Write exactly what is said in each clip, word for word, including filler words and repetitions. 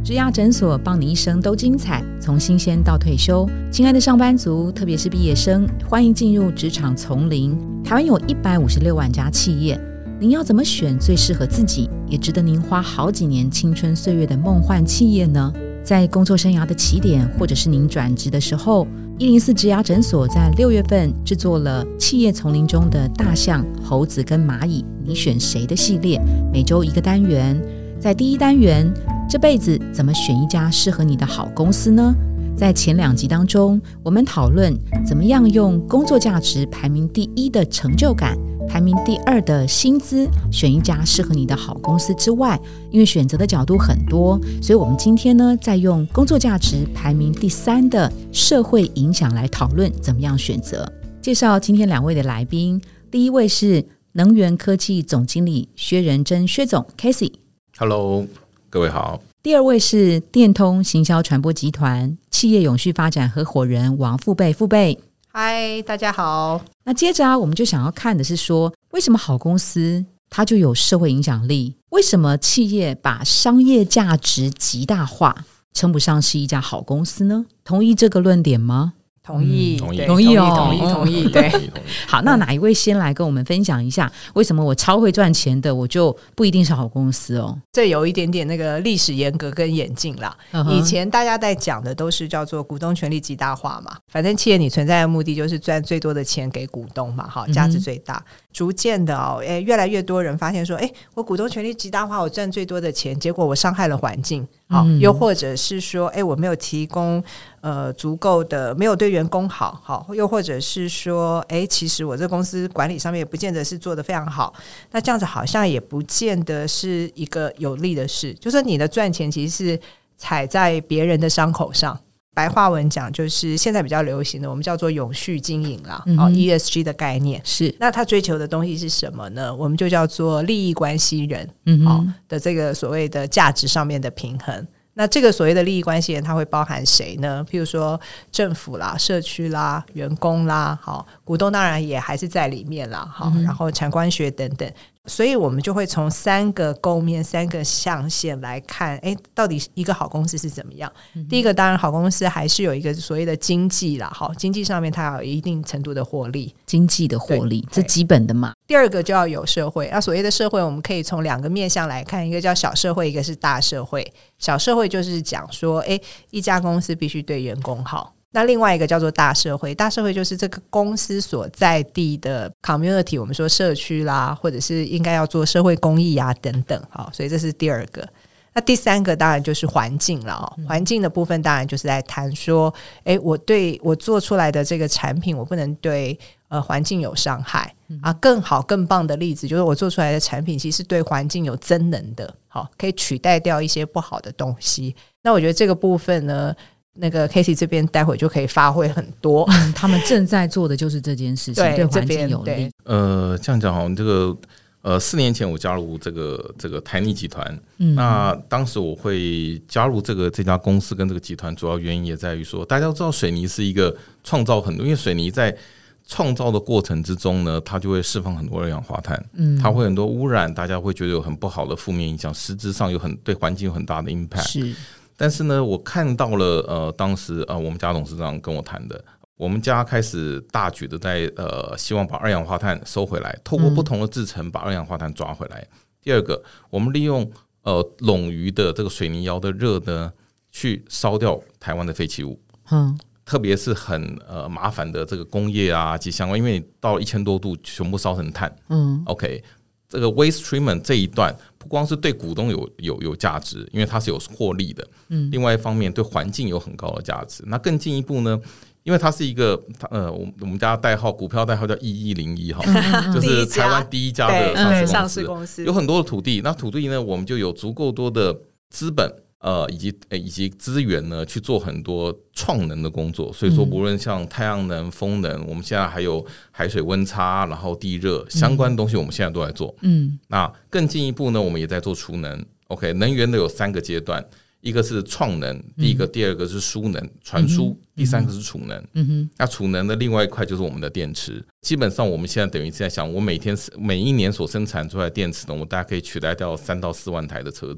职涯诊所，帮你一生都精彩，从新鲜到退休。亲爱的上班族，特别是毕业生，欢迎进入职场丛林。台湾有一百五十六万家企业，您要怎么选最适合自己，也值得您花好几年青春岁月的梦幻企业呢？在工作生涯的起点，或者是您转职的时候，一零四职涯诊所在六月份制作了企业丛林中的大象、猴子跟蚂蚁，你选谁的系列，每周一个单元。在第一单元，这辈子怎么选一家适合你的好公司呢？在前两集当中，我们讨论怎么样用工作价值排名第一的成就感，排名第二的薪资，选一家适合你的好公司之外，因为选择的角度很多，所以我们今天呢，再用工作价值排名第三的社会影响来讨论怎么样选择。介绍今天两位的来宾，第一位是能源科技总经理薛仁真薛总 Casey。Hello， 各位好。 第二位是电通行销传播集团企业永续发展合伙人王富贝富贝。 嗨，大家好。 那接着啊，我们就想要看的是说，为什么好公司它就有社会影响力？为什么企业把商业价值极大化，称不上是一家好公司呢？同意这个论点吗？ 同意、嗯、 同意同意哦同意同意对。 好，那哪一位先来跟我们分享一下，为什么我超会赚钱的我就不一定是好公司哦？ 这有一点点那个历史严格跟演进啦、uh-huh. 以前大家在讲的都是叫做股东权利极大化嘛，反正企业你存在的目的就是赚最多的钱给股东嘛，好，价值最大、嗯、逐渐的哦，诶，越来越多人发现说，诶，我股东权利极大化，我赚最多的钱，结果我伤害了环境，好、嗯，又或者是说，诶，我没有提供呃足够的，没有对员工好，好，又或者是说，诶，其实我这公司管理上面也不见得是做得非常好，那这样子好像也不见得是一个有利的事，就是你的赚钱其实是踩在别人的伤口上。白话文讲就是现在比较流行的我们叫做永续经营啦、嗯哦、E S G 的概念是， 那他追求的东西是什么呢？我们就叫做利益关系人、 嗯哦、的这个所谓的价值上面的平衡。那这个所谓的利益关系人它会包含谁呢？譬如说政府啦、社区啦、员工啦，好，股东当然也还是在里面啦，好，然后产官学等等。所以我们就会从三个构面、三个象限来看，诶，到底一个好公司是怎么样、嗯、第一个当然好公司还是有一个所谓的经济啦，好，经济上面它有一定程度的获利， 经济的获利这基本的嘛。 第二个就要有社会，那所谓的社会我们可以从两个面向来看，一个叫小社会，一个是大社会。小社会就是讲说，诶，一家公司必须对员工好，那另外一个叫做大社会，大社会就是这个公司所在地的 community， 我们说社区啦，或者是应该要做社会公益啊等等，好，所以这是第二个。那第三个当然就是环境了、哦、环境的部分当然就是在谈说，诶，我对我做出来的这个产品我不能对呃环境有伤害、嗯、啊，更好更棒的例子就是我做出来的产品其实对环境有增能的，好，可以取代掉一些不好的东西。那我觉得这个部分呢，那个 Casey 这边待会就可以发挥很多、 嗯、他们正在做的就是这件事情，对, 对环境有利。 呃，这样讲好像这个呃，四年前我加入这个这个台泥集团、嗯，那当时我会加入这个这家公司跟这个集团，主要原因也在于说，大家都知道水泥是一个创造很多，因为水泥在创造的过程之中呢，它就会释放很多二氧化碳，嗯，它会很多污染，大家会觉得有很不好的负面影响，实质上有很对环境有很大的 impact。 是， 但是呢，我看到了呃，当时呃，我们家董事长跟我谈的。我们家开始大举的在呃，希望把二氧化碳收回来，透过不同的制程把二氧化碳抓回来。嗯、第二个，我们利用呃冗余的这个水泥窑的热呢，去烧掉台湾的废弃物。嗯，特别是很呃麻烦的这个工业啊及相关，因为到一千多度全部烧成碳。嗯 ，OK， 这个 waste treatment 这一段不光是对股东有有有价值，因为它是有获利的。嗯，另外一方面对环境有很高的价值。那更进一步呢？因为它是一个呃，我们家代号股票代号叫一一零一哈，就是台湾第一家的上市公司，上市公司有很多的土地，那土地呢，我们就有足够多的资本呃以及以及资源呢去做很多创能的工作。所以说，无论像太阳能、风能，我们现在还有海水温差，然后地热相关的东西，我们现在都在做。嗯，那更进一步呢，我们也在做储能。OK， 能源的有三个阶段。一个是创能，第一个、嗯、第二个是输能传输、嗯、第三个是储能、嗯、哼那储能的另外一块就是我们的电池。基本上我们现在等于在想，我每天每一年所生产出来的电池呢，我大概可以取代掉三到四万台的车子。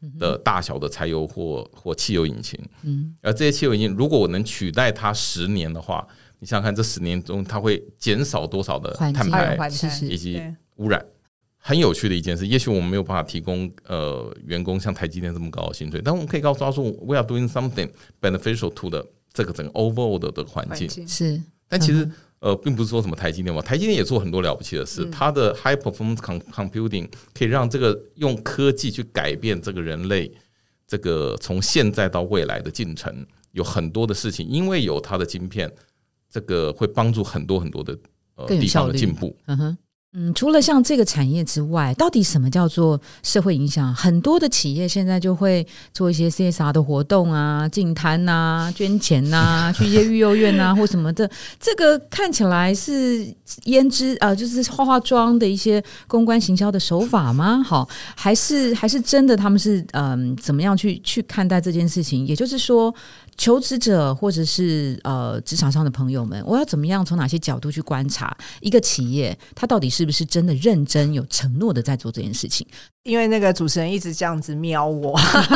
的大小的柴油或或汽油引擎，嗯，而这些汽油引擎如果我能取代它十年的话，你想想看，这十年中它会减少多少的碳排以及污染？很有趣的一件事，也许我们没有办法提供呃员工像台积电这么高的薪水，但我们可以告诉他说 ，we are doing something beneficial to the 这个整个 overall 的的环境。 是， 但其实、嗯、呃，并不是说什么台积电嘛，台积电也做很多了不起的事，嗯、它的 high performance computing 可以让这个用科技去改变这个人类这个从现在到未来的进程，有很多的事情，因为有它的晶片，这个会帮助很多很多的呃地方的进步。 嗯哼。嗯，除了像这个产业之外，到底什么叫做社会影响？很多的企业现在就会做一些 C S R 的活动啊，净滩啊，捐钱啊，去一些育幼院啊或什么的。这个看起来是胭脂啊、呃，就是化化妆的一些公关行销的手法吗？好，还是还是真的他们是嗯、呃、怎么样去去看待这件事情？也就是说，求职者或者是呃职场上的朋友们，我要怎么样从哪些角度去观察一个企业，它到底是不是真的认真有承诺的在做这件事情？ 因为那个主持人一直这样子瞄我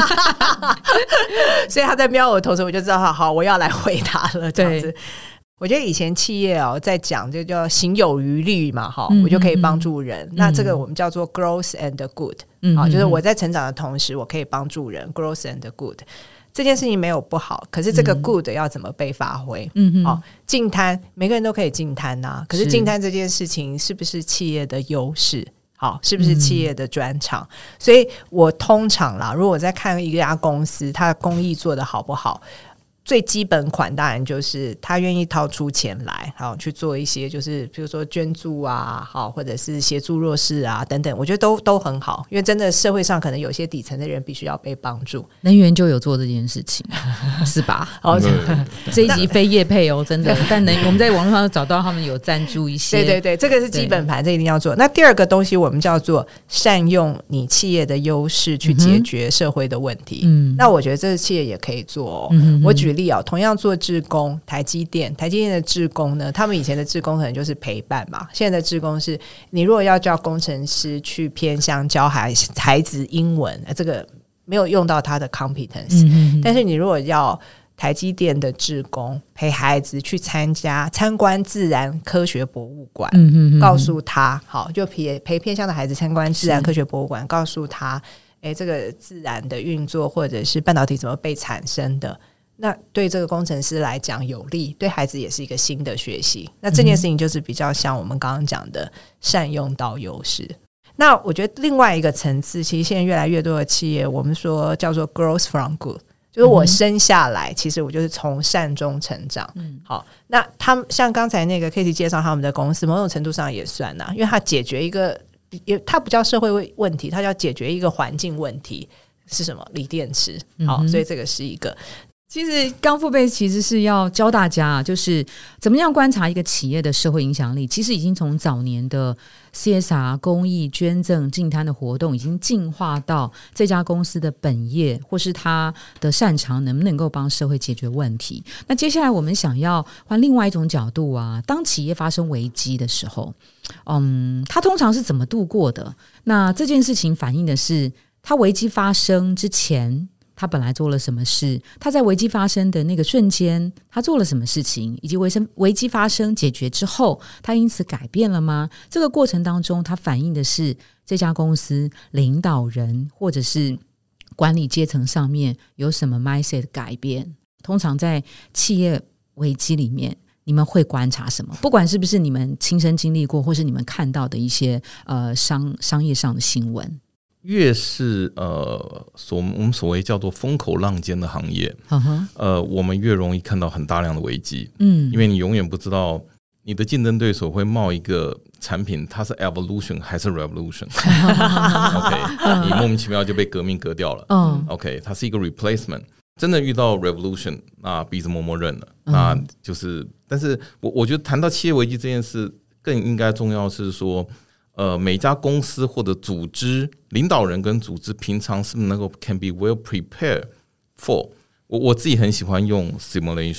所以他在瞄我的同时我就知道好好我要来回答了这样子。我觉得以前企业哦在讲就叫行有余力嘛，嗯、我就可以帮助人、嗯、那这个我们叫做 growth and good、嗯、就是我在成长的同时我可以帮助人 growth and good，这件事情没有不好，可是这个 good 要怎么被发挥？嗯哦，净滩每个人都可以净滩啊，可是净滩这件事情是不是企业的优势？好，是不是企业的专长？嗯、所以我通常啦，如果我在看一家公司，它的公益做得好不好？最基本款当然就是他愿意掏出钱来好去做一些就是比如说捐助啊好或者是协助弱势啊等等，我觉得都都很好，因为真的社会上可能有些底层的人必须要被帮助。 能源就有做这件事情是吧？哦，这一集非业配哦，真的但能我们在网络上找到他们有赞助一些， 对对对，这个是基本盘，这一定要做。那第二个东西我们叫做善用你企业的优势去解决社会的问题、嗯、那我觉得这个企业也可以做哦、嗯、我举同样做志工，台积电台积电的志工呢，他们以前的志工可能就是陪伴嘛，现在的志工是你如果要叫工程师去偏向教孩孩子英文，这个没有用到他的 competence、嗯、但是你如果要台积电的志工陪孩子去参加参观自然科学博物馆、嗯、告诉他好就陪陪偏向的孩子参观自然科学博物馆，告诉他诶这个自然的运作或者是半导体怎么被产生的，那对这个工程师来讲有利，对孩子也是一个新的学习。那这件事情就是比较像我们刚刚讲的善用到优势。那我觉得另外一个层次，其实现在越来越多的企业我们说叫做 growth from good， 就是我生下来其实我就是从善中成长、嗯、好，那他们像刚才那个 Katie 介绍他们的公司某种程度上也算啊，因为他解决一个它不叫社会问题，它叫解决一个环境问题，是什么？锂电池、嗯、好，所以这个是一个。 其实刚父辈其实是要教大家就是怎么样观察一个企业的社会影响力，其实已经从早年的 C S R 公益捐赠净滩的活动已经进化到这家公司的本业或是他的擅长能不能够帮社会解决问题。那接下来我们想要换另外一种角度啊，当企业发生危机的时候嗯，他通常是怎么度过的？那这件事情反映的是他危机发生之前他本来做了什么事，他在危机发生的那个瞬间他做了什么事情，以及危机发生解决之后他因此改变了吗？这个过程当中他反映的是这家公司领导人或者是管理阶层上面有什么 mindset 的改变。通常在企业危机里面你们会观察什么？不管是不是你们亲身经历过或是你们看到的一些呃商商业上的新闻， 越是呃所我们所谓叫做风口浪尖的行业、uh-huh. 呃我们越容易看到很大量的危机，嗯，因为你永远不知道你的竞争对手会冒一个产品它是 evolution 还是 revolution OK 你莫名其妙就被革命革掉了、uh. OK 它是一个 replacement， 真的遇到 revolution 那鼻子摸摸认了、uh. 那就是但是我我觉得谈到企业危机这件事更应该重要是说呃，每家公司或者组织领导人跟组织平常是不是能够 can be well prepared for 我, 我自己很喜欢用 simulation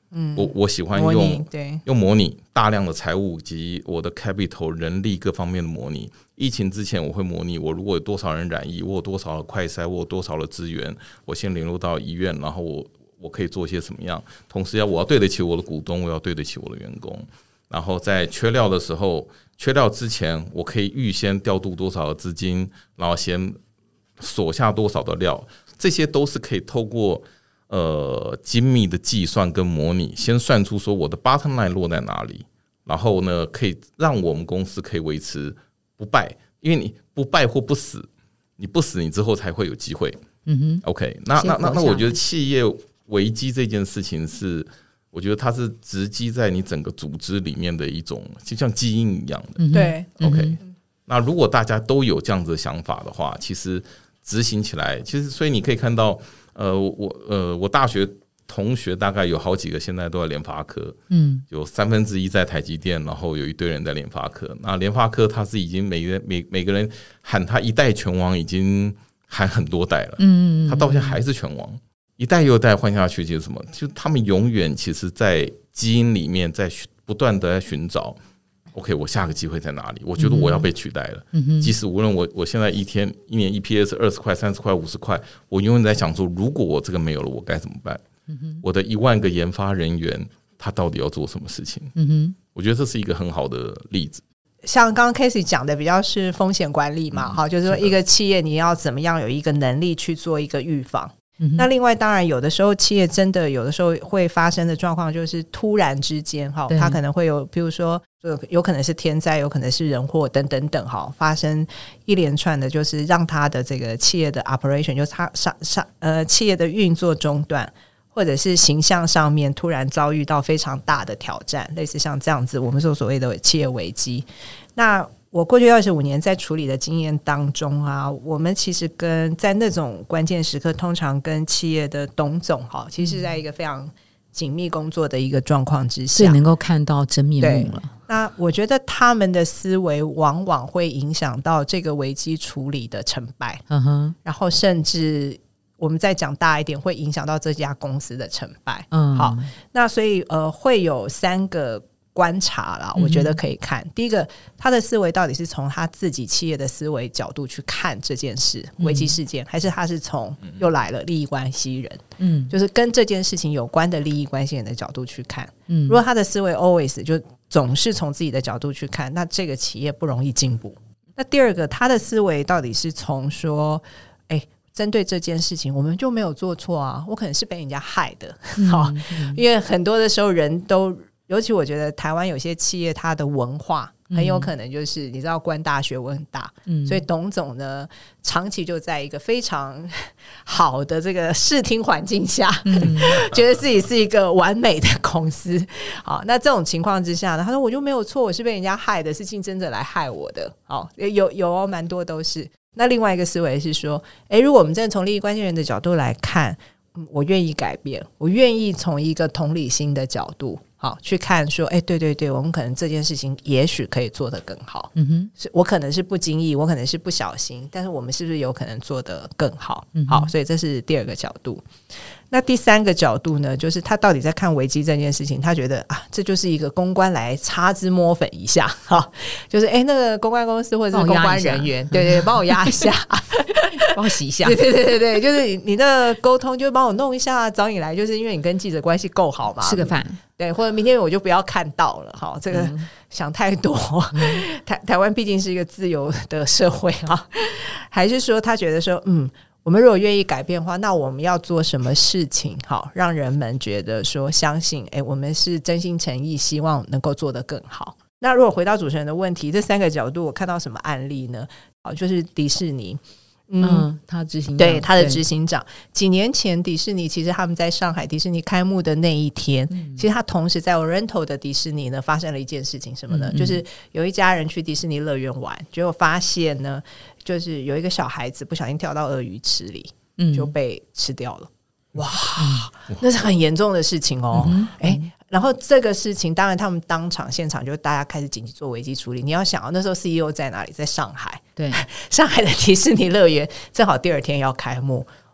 嗯， 我我喜欢模拟用对用模拟大量的财务及我的 capital 人力各方面的模拟。疫情之前我会模拟我如果有多少人染疫，我有多少的快筛，我有多少的资源，我先联络到医院，然后我我可以做些什么样，同时要我要对得起我的股东，我要对得起我的员工，然后在缺料的时候，缺料之前我可以预先调度多少的资金，然后先锁下多少的料，这些都是可以透过呃精密的计算跟模拟，先算出说我的 bottom line 落在哪里，然后呢可以让我们公司可以维持不败，因为你不败或不死，你不死你之后才会有机会。嗯哼 ，OK， 那那那那我觉得企业危机这件事情是，我觉得它是直击在你整个组织里面的一种，就像基因一样的。 嗯、对 ，OK、嗯。那如果大家都有这样子的想法的话，其实执行起来，其实所以你可以看到，呃，我呃我大学同学大概有好几个现在都在联发科，嗯，有三分之一在台积电，然后有一堆人在联发科。那联发科它是已经每个每每个人喊他一代拳王，已经喊很多代了，嗯，他到现在还是拳王，一代又一代换下去，就是什么？就他们永远其实，在基因里面在不断的在寻找 ，OK， 我下个机会在哪里？我觉得我要被取代了。嗯、即使无论我我现在一天一年 E P S 二十块、三十块、五十块，我永远在想说，如果我这个没有了，我该怎么办？嗯、我的一万个研发人员，他到底要做什么事情？嗯哼，我觉得这是一个很好的例子。 像刚刚 Casey 讲的比较是风险管理嘛，好、嗯，就是说一个企业你要怎么样有一个能力去做一个预防。嗯、那另外当然有的时候企业真的有的时候会发生的状况就是突然之间它可能会有比如说有可能是天灾，有可能是人祸等等等发生一连串的就是让它的这个企业的 operation 就是它上上呃企业的运作中断，或者是形象上面突然遭遇到非常大的挑战，类似像这样子我们说所谓的企业危机。那我过去二十五年在处理的经验当中啊，我们其实跟在那种关键时刻通常跟企业的董总哈，其实是在一个非常紧密工作的一个状况之下， 是能够看到真面目了。 那我觉得他们的思维往往会影响到这个危机处理的成败，嗯哼，然后甚至我们再讲大一点，会影响到这家公司的成败。嗯，好，那所以呃，会有三个观察啦，我觉得可以看。嗯、第一个，他的思维到底是从他自己企业的思维角度去看这件事、嗯、危机事件，还是他是从又来了利益关系人，嗯，就是跟这件事情有关的利益关系人的角度去看。嗯，如果他的思维 always 就总是从自己的角度去看，那这个企业不容易进步。那第二个，他的思维到底是从说，哎，针对这件事情我们就没有做错啊，我可能是被人家害的。好、嗯嗯，因为很多的时候人都，尤其我觉得台湾有些企业它的文化很有可能就是你知道官大学问很大、嗯、所以董总呢长期就在一个非常好的这个视听环境下、嗯、觉得自己是一个完美的公司。好，那这种情况之下呢，他说我就没有错，我是被人家害的，是竞争者来害我的。好，有有哦，蛮多都是。那另外一个思维是说，诶，如果我们真的从利益关系人的角度来看，我愿意改变，我愿意从一个同理心的角度好去看说，哎，对对对，我们可能这件事情也许可以做得更好。嗯哼，我可能是不经意，我可能是不小心，但是我们是不是有可能做得更好？嗯、好，所以这是第二个角度。那第三个角度呢，就是他到底在看危机这件事情，他觉得啊，这就是一个公关来擦脂抹粉一下，哈，就是哎，那个公关公司或者是公关人员，对对，帮我压一下， 帮我洗一下， 对对对对对，就是你你的沟通就帮我弄一下，找你来就是因为你跟记者关系够好嘛， 吃个饭， 对，或者明天我就不要看到了，哈，这个想太多。嗯、台台湾毕竟是一个自由的社会啊，还是说他觉得说，嗯。我们如果愿意改变的话，那我们要做什么事情好让人们觉得说相信诶我们是真心诚意希望能够做得更好。那如果回到主持人的问题，这三个角度我看到什么案例呢？好，就是迪士尼， 嗯，嗯他执行长对他的执行长，几年前迪士尼其实他们在上海迪士尼开幕的那一天、嗯、其实他同时在 Oriental 的迪士尼呢发生了一件事情，什么呢、嗯嗯、就是有一家人去迪士尼乐园玩，结果发现呢就是有一个小孩子不小心跳到鳄鱼池里、嗯、就被吃掉了。哇、嗯、那是很严重的事情哦、嗯欸、然后这个事情当然他们当场现场就大家开始紧急做危机处理。你要想、哦、那时候 C E O 在哪里？在上海， 对， 上海的迪士尼乐园正好第二天要开幕。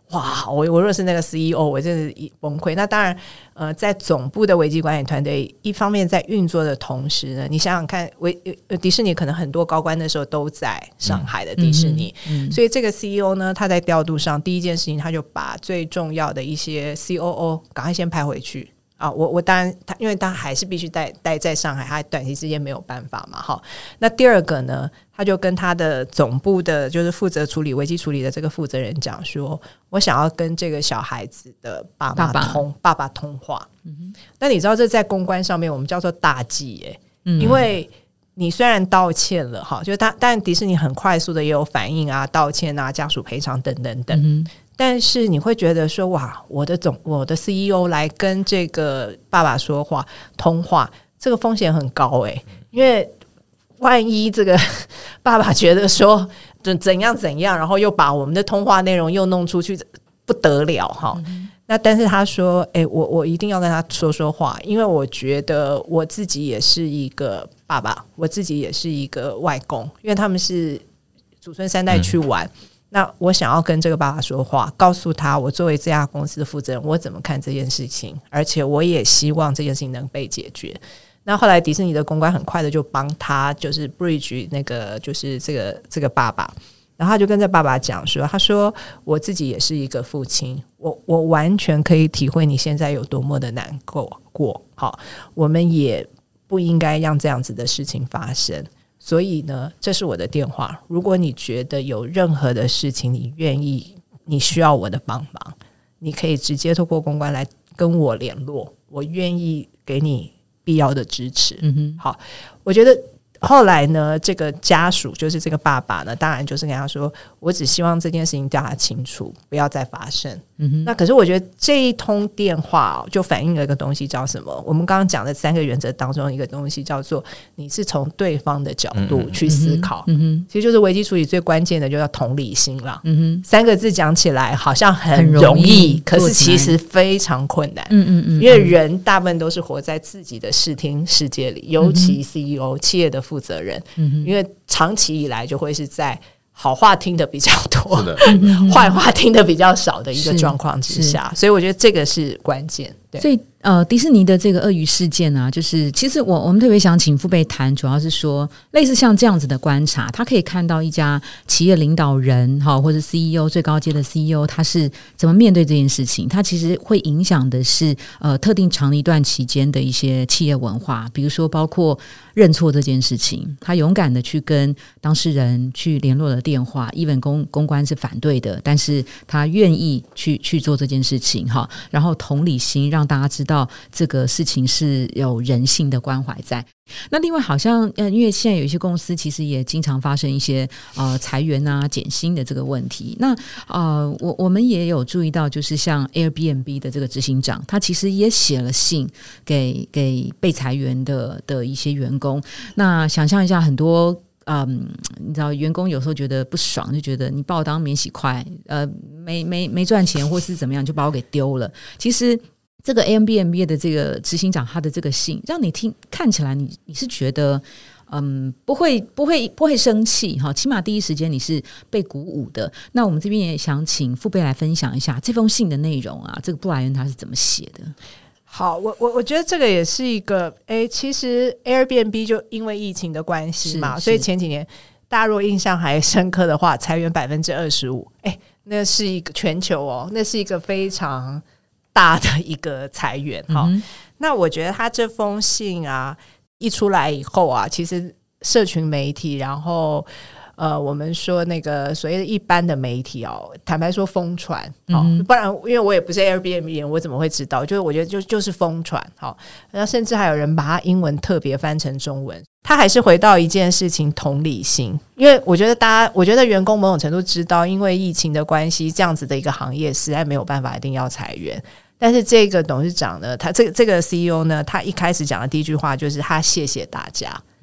哇，我我若是那个 C E O， 我真是崩溃。那当然，呃，在总部的危机管理团队，一方面在运作的同时呢，你想想看，维迪士尼可能很多高官那时候都在上海的迪士尼，嗯嗯嗯、所以这个 C E O 呢，他在调度上第一件事情，他就把最重要的一些 C O O 赶快先派回去。啊，我我当然他，因为他还是必须待待在上海，他短期之间没有办法嘛，哈。那第二个呢，他就跟他的总部的，就是负责处理危机处理的这个负责人讲说，我想要跟这个小孩子的爸妈通爸爸, 爸爸通话。嗯、那你知道这在公关上面我们叫做大忌耶、嗯，因为你虽然道歉了哈，就他但迪士尼很快速的也有反应啊，道歉啊，家属赔偿等等等。嗯，但是你会觉得说，哇，我的总我的 C E O 来跟这个爸爸说话通话，这个风险很高诶，因为万一这个爸爸觉得说怎样怎样，然后又把我们的通话内容又弄出去，不得了哈。嗯、那但是他说，哎，我我一定要跟他说说话，因为我觉得我自己也是一个爸爸，我自己也是一个外公，因为他们是祖孙三代去玩。嗯，那我想要跟这个爸爸说话，告诉他我作为这家公司的负责人，我怎么看这件事情，而且我也希望这件事情能被解决。那后来迪士尼的公关很快的就帮他就是 bridge 那个就是这个这个爸爸，然后他就跟这爸爸讲说，他说我自己也是一个父亲，我我完全可以体会你现在有多么的难过过，好，我们也不应该让这样子的事情发生。所以呢，这是我的电话，如果你觉得有任何的事情你愿意你需要我的帮忙，你可以直接透过公关来跟我联络，我愿意给你必要的支持。嗯哼，好，我觉得后来呢，这个家属就是这个爸爸呢，当然就是跟他说，我只希望这件事情调查清楚，不要再发生。嗯哼，那可是我觉得这一通电话、哦、就反映了一个东西叫什么？我们刚刚讲的三个原则当中一个东西叫做你是从对方的角度去思考。嗯哼，其实就是危机处理最关键的就叫同理心啦。嗯哼，三个字讲起来好像很容易，很容易，可是其实非常困难。嗯嗯嗯，因为人大部分都是活在自己的视听世界里，尤其 C E O、嗯、企业的负责人、嗯、因为长期以来就会是在好话听的比较多，坏话听的比较少的一个状况之下，所以我觉得这个是关键。对， 所以呃，迪士尼的这个鳄鱼事件啊，就是其实我我们特别想请父辈谈，主要是说类似像这样子的观察，他可以看到一家企业领导人哈，或者 C E O 最高阶的 C E O 他是怎么面对这件事情，他其实会影响的是呃特定长一段期间的一些企业文化，比如说包括认错这件事情，他勇敢的去跟当事人去联络了电话 even 公公关是反对的，但是他愿意去去做这件事情哈，然后同理心让大家知道这个事情是有人性的关怀在。那另外好像呃，因为现在有一些公司其实也经常发生一些呃裁员啊减薪的这个问题，那呃我我们也有注意到，就是像 Airbnb 的这个执行长，他其实也写了信给给被裁员的的一些员工。那想象一下，很多嗯，你知道员工有时候觉得不爽，就觉得你把我当免洗筷，呃，没没没赚钱或是怎么样，就把我给丢了。其实这个 Airbnb 的这个执行长他的这个信，让你听看起来你你是觉得嗯不会不会不会生气哈，起码第一时间你是被鼓舞的。那我们这边也想请父辈来分享一下这封信的内容啊，这个布莱恩他是怎么写的？ 好，我我我觉得这个也是一个，诶，其实 Airbnb 就因为疫情的关系嘛，所以前几年大家如果印象还深刻的话，裁员百分之二十五，诶，那是一个全球哦，那是一个非常大的一个裁员哈、嗯。那我觉得他这封信啊一出来以后啊，其实社群媒体，然后。呃，我们说那个所谓的一般的媒体哦，坦白说疯传、哦嗯、不然因为我也不是 Airbnb 人，我怎么会知道？就是我觉得就就是疯传，好、哦，然后甚至还有人把它英文特别翻成中文。他还是回到一件事情，同理心，因为我觉得大家，我觉得员工某种程度知道，因为疫情的关系，这样子的一个行业实在没有办法一定要裁员。但是这个董事长呢，他这个这个 C E O 呢，他一开始讲的第一句话就是他谢谢大家，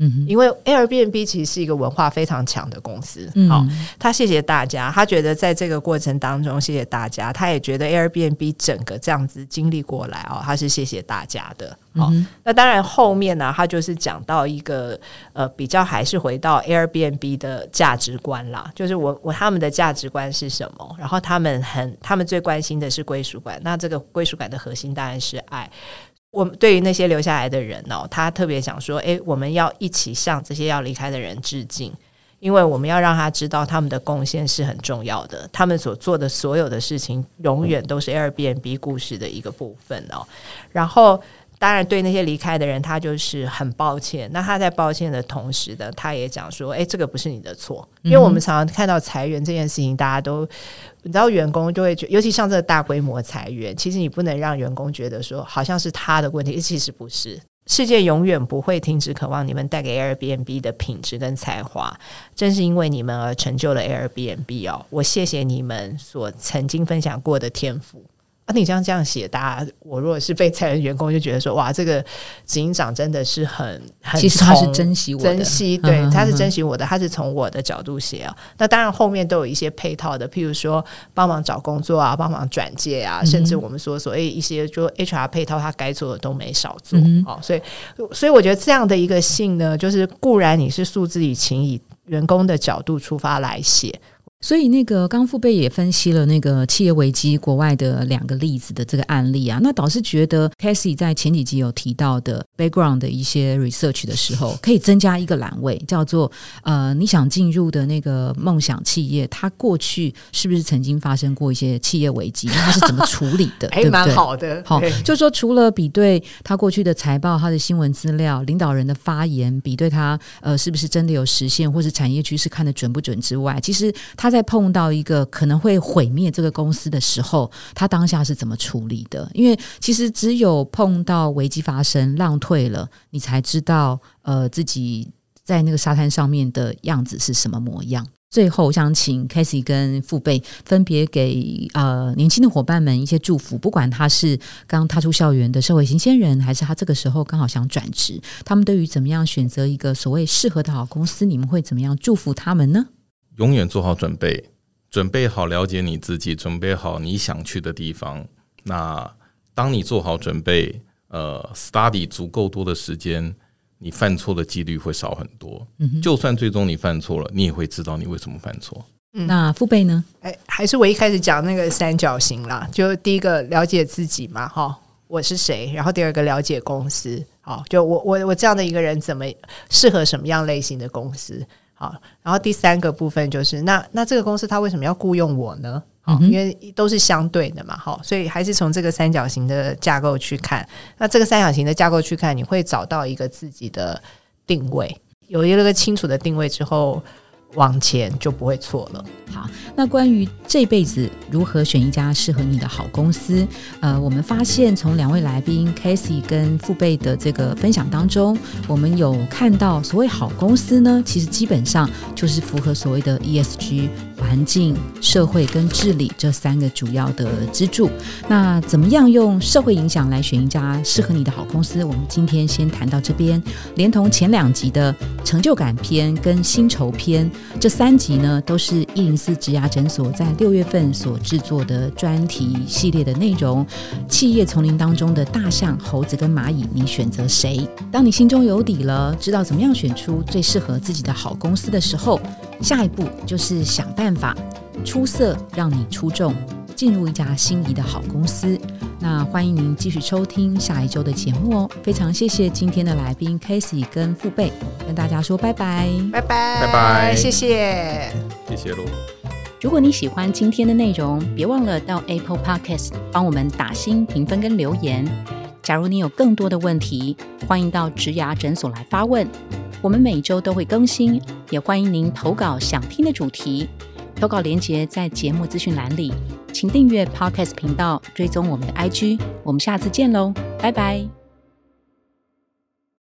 嗯，因为 Airbnb 其实是一个文化非常强的公司， 嗯， 好，他谢谢大家，他觉得在这个过程当中谢谢大家，他也觉得 Airbnb 整个这样子经历过来哦，他是谢谢大家的。好，嗯，那当然后面呢，他就是讲到一个呃比较还是回到 Airbnb 的价值观啦，就是我我他们的价值观是什么，然后他们很他们最关心的是归属感，那这个归属感的核心当然是爱。我们对于那些留下来的人哦，他特别想说，诶，我们要一起向这些要离开的人致敬，因为我们要让他知道他们的贡献是很重要的，他们所做的所有的事情永远都是 Airbnb 故事的一个部分哦。然后当然对那些离开的人他就是很抱歉，那他在抱歉的同时呢，他也讲说，诶，这个不是你的错，因为我们常常看到裁员这件事情，大家都你知道员工就会觉得，尤其像这个大规模裁员，其实你不能让员工觉得说好像是他的问题，其实不是，世界永远不会停止渴望你们带给 Airbnb 的品质跟才华，正是因为你们而成就了 Airbnb 哦，我谢谢你们所曾经分享过的天赋。啊，你这样这样写，大家我如果是被裁员员工就觉得说，哇，这个执行长真的是很很其实他是珍惜我的， 珍惜，对，嗯，他是珍惜我的，他是从我的角度写啊。那当然后面都有一些配套的，譬如说帮忙找工作啊，帮忙转介啊，嗯，甚至我们说所谓一些就 H R 配套，他该做的都没少做，嗯，哦，所以所以我觉得这样的一个信呢，就是固然你是诉之以情，以员工的角度出发来写。 所以那个刚父辈也分析了那个企业危机国外的两个例子的这个案例啊，那导师觉得 Cassie 在前几集有提到的 background 的一些 research 的时候，可以增加一个栏位叫做呃，你想进入的那个梦想企业，它过去是不是曾经发生过一些企业危机，它是怎么处理的对不对？ 蛮好的， 好，就是说除了比对他过去的财报、他的新闻资料、领导人的发言，比对他呃是不是真的有实现，或是产业趋势看得准不准之外，其实他在碰到一个可能会毁灭这个公司的时候，他当下是怎么处理的？因为其实只有碰到危机发生，浪退了，你才知道呃自己在那个沙滩上面的样子是什么模样。最后我想请 Cassie 跟父辈分别给呃年轻的伙伴们一些祝福，不管他是刚踏出校园的社会新鲜人，还是他这个时候刚好想转职，他们对于怎么样选择一个所谓适合的好公司，你们会怎么样祝福他们呢？ 永远做好准备，准备好了解你自己，准备好你想去的地方。那当你做好准备，呃 study 足够多的时间，你犯错的几率会少很多，嗯，就算最终你犯错了，你也会知道你为什么犯错。 嗯，那父辈呢？ 哎，还是我一开始讲那个三角形啦，就第一个了解自己嘛，哈，我是谁，然后第二个了解公司，好，就我我我这样的一个人怎么适合什么样类型的公司，好，然后第三个部分就是那那这个公司它为什么要雇佣我呢？好，因为都是相对的嘛，好，所以还是从这个三角形的架构去看。那这个三角形的架构去看，你会找到一个自己的定位，有一个清楚的定位之后，往前就不会错了。 好，那关于这辈子如何选一家适合你的好公司，呃，我们发现从两位来宾 Cassie 跟父辈的这个分享当中，我们有看到所谓好公司呢，其实基本上就是符合所谓的 E S G 环境、社会跟治理这三个主要的支柱。那怎么样用社会影响来选一家适合你的好公司，我们今天先谈到这边，连同前两集的成就感篇跟薪酬篇，这三集呢都是一零四职涯诊所在六月份所制作的专题系列的内容。企业丛林当中的大象、猴子跟蚂蚁，你选择谁？当你心中有底了，知道怎么样选出最适合自己的好公司的时候，下一步就是想办法出色，让你出众，进入一家心仪的好公司。那欢迎您继续收听下一周的节目哦。非常谢谢今天的来宾 Cassie 跟父辈，跟大家说拜拜， 拜拜， 拜拜， 谢谢， 谢谢喽。 如果你喜欢今天的内容，别忘了到 Apple Podcast 帮我们打星评分跟留言。假如你有更多的问题，欢迎到职涯诊所来发问，我们每周都会更新，也欢迎您投稿想听的主题。投稿连结在节目资讯栏里，请订阅 Podcast 频道，追踪我们的 I G， 我们下次见喽，拜拜。